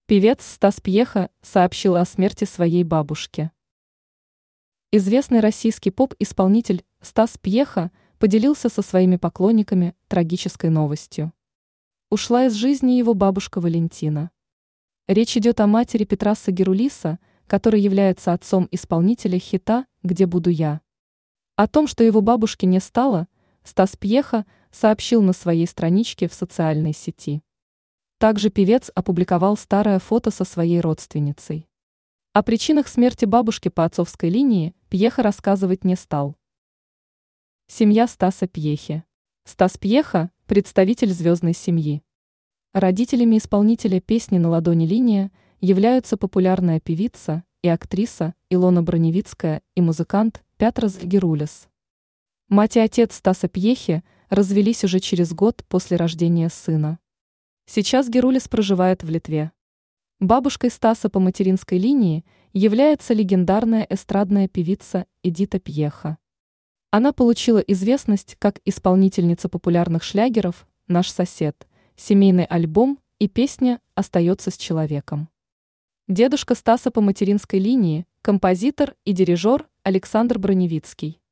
Певец Стас Пьеха сообщил о смерти своей бабушки. Известный российский поп-исполнитель Стас Пьеха поделился со своими поклонниками трагической новостью. Ушла из жизни его бабушка Валентина. Речь идет о матери Петраса Герулиса, который является отцом исполнителя хита «Где буду я?». О том, что его бабушки не стало, Стас Пьеха сообщил на своей страничке в социальной сети. Также певец опубликовал старое фото со своей родственницей. О причинах смерти бабушки по отцовской линии Пьеха рассказывать не стал. Семья Стаса Пьехи. Стас Пьеха – представитель звездной семьи. Родителями исполнителя песни «На ладони линия» являются популярная певица и актриса Илона Броневицкая и музыкант Петрас Герулис. Мать и отец Стаса Пьехи развелись уже через год после рождения сына. Сейчас Герулис проживает в Литве. Бабушкой Стаса по материнской линии является легендарная эстрадная певица Эдита Пьеха. Она получила известность как исполнительница популярных шлягеров «Наш сосед», семейный альбом и песня «Остается с человеком». Дедушка Стаса по материнской линии – композитор и дирижер Александр Броневицкий.